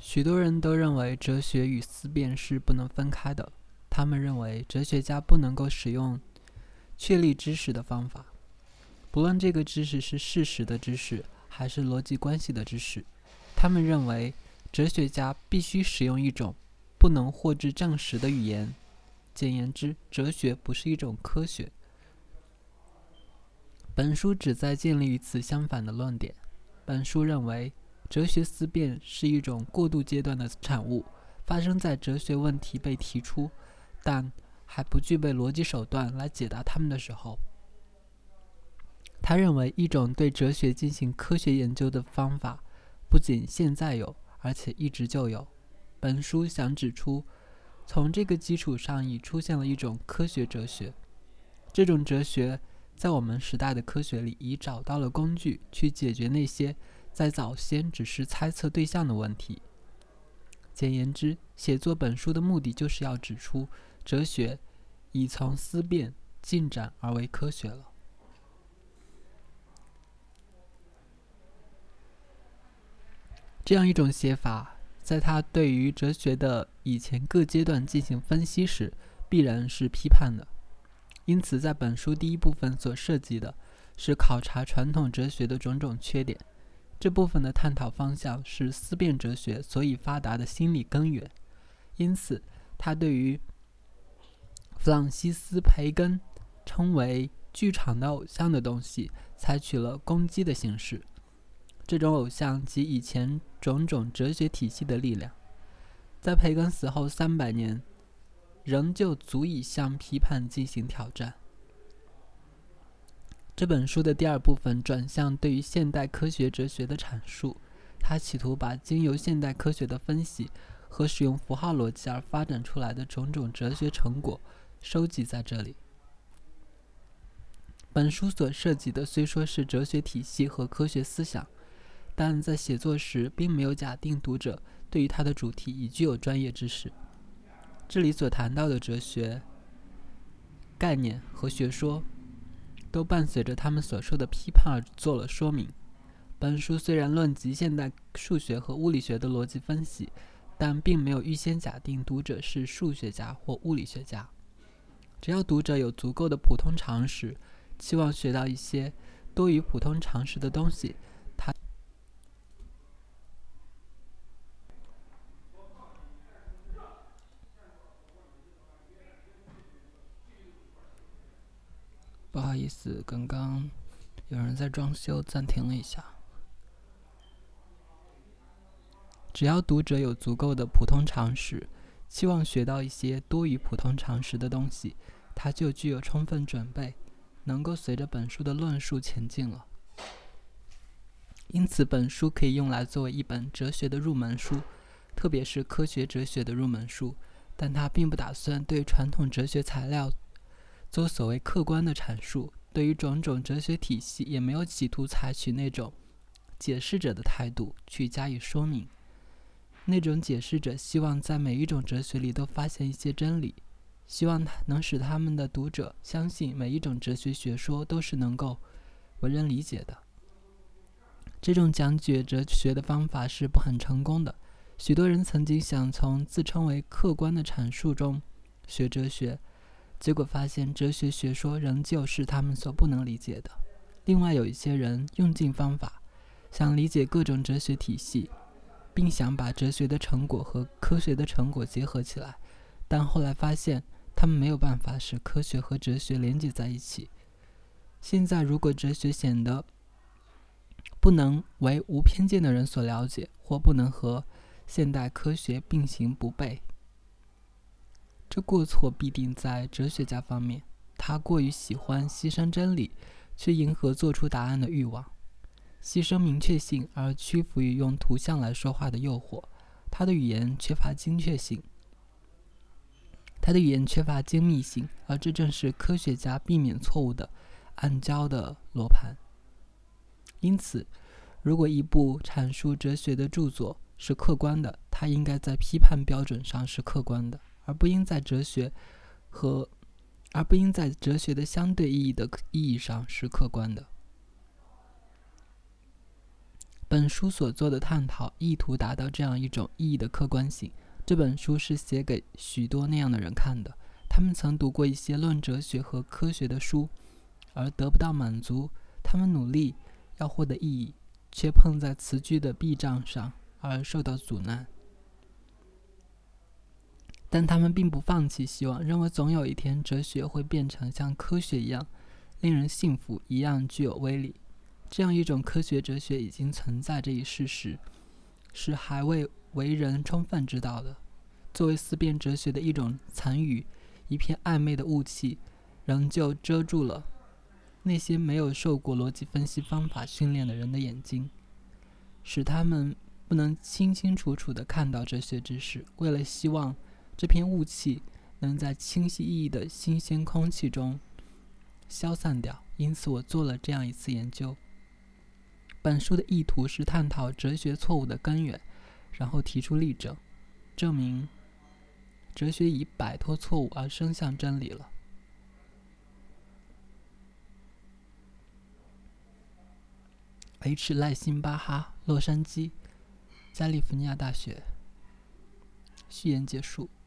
许多人都认为哲学与思辨是不能分开的，他们认为哲学家不能够使用确立知识的方法，不论这个知识是事实的知识还是逻辑关系的知识。他们认为哲学家必须使用一种不能获知证实的语言，简言之，哲学不是一种科学。本书旨在建立与此相反的论点。本书认为哲学思辨是一种过渡阶段的产物，发生在哲学问题被提出，但还不具备逻辑手段来解答它们的时候。他认为一种对哲学进行科学研究的方法不仅现在有，而且一直就有。本书想指出，从这个基础上已出现了一种科学哲学。这种哲学在我们时代的科学里已找到了工具去解决那些在早先只是猜测对象的问题。简言之，写作本书的目的就是要指出，哲学已从思辨进展而为科学了。这样一种写法，在他对于哲学的以前各阶段进行分析时，必然是批判的。因此，在本书第一部分所涉及的是考察传统哲学的种种缺点。这部分的探讨方向是思辨哲学所以发达的心理根源。因此，他对于弗朗西斯·培根称为剧场的偶像的东西采取了攻击的形式。这种偶像及以前种种哲学体系的力量，在培根死后300年，仍旧足以向批判进行挑战。这本书的第二部分转向对于现代科学哲学的阐述，他企图把经由现代科学的分析和使用符号逻辑而发展出来的种种哲学成果收集在这里。本书所涉及的虽说是哲学体系和科学思想，但在写作时并没有假定读者对于它的主题已具有专业知识。这里所谈到的哲学概念和学说都伴随着他们所受的批判而做了说明。本书虽然论及现代数学和物理学的逻辑分析，但并没有预先假定读者是数学家或物理学家。只要读者有足够的普通常识，期望学到一些多于普通常识的东西，不好意思，刚刚有人在装修，暂停了一下。只要读者有足够的普通常识，期望学到一些多于普通常识的东西，他就具有充分准备，能够随着本书的论述前进了。因此，本书可以用来作为一本哲学的入门书，特别是科学哲学的入门书，但他并不打算对传统哲学材料做所谓客观的阐述，对于种种哲学体系也没有企图采取那种解释者的态度去加以说明。那种解释者希望在每一种哲学里都发现一些真理，希望能使他们的读者相信每一种哲学学说都是能够为人理解的。这种讲解哲学的方法是不很成功的。许多人曾经想从自称为客观的阐述中学哲学，结果发现哲学学说仍旧是他们所不能理解的。另外有一些人用尽方法想理解各种哲学体系，并想把哲学的成果和科学的成果结合起来，但后来发现他们没有办法使科学和哲学连接在一起。现在如果哲学显得不能为无偏见的人所了解，或不能和现代科学并行不悖，这过错必定在哲学家方面。他过于喜欢牺牲真理去迎合做出答案的欲望，牺牲明确性而屈服于用图像来说话的诱惑。他的语言缺乏精确性，他的语言缺乏精密性，而这正是科学家避免错误的暗礁的罗盘。因此，如果一部阐述哲学的著作是客观的，它应该在批判标准上是客观的，而不应在哲学的相对意义上是客观的。 本书所做的探讨意图达到这样一种意义的客观性。这本书是写给许多那样的人看的，他们曾读过一些论哲学和科学的书，而得不到满足，他们努力要获得意义，却碰在词句的壁障上而受到阻拦。但他们并不放弃希望，认为总有一天哲学会变成像科学一样令人信服，一样具有威力。这样一种科学哲学已经存在这一事实，是还未为人充分知道的。作为思辨哲学的一种残余，一片暧昧的雾气仍旧遮住了那些没有受过逻辑分析方法训练的人的眼睛，使他们不能清清楚楚地看到哲学知识。为了希望这片雾气能在清晰意义的新鲜空气中消散掉，因此我做了这样一次研究。本书的意图是探讨哲学错误的根源，然后提出例证，证明哲学已摆脱错误而伸向真理了。H. 赖辛巴哈，洛杉矶加利福尼亚大学。序言结束。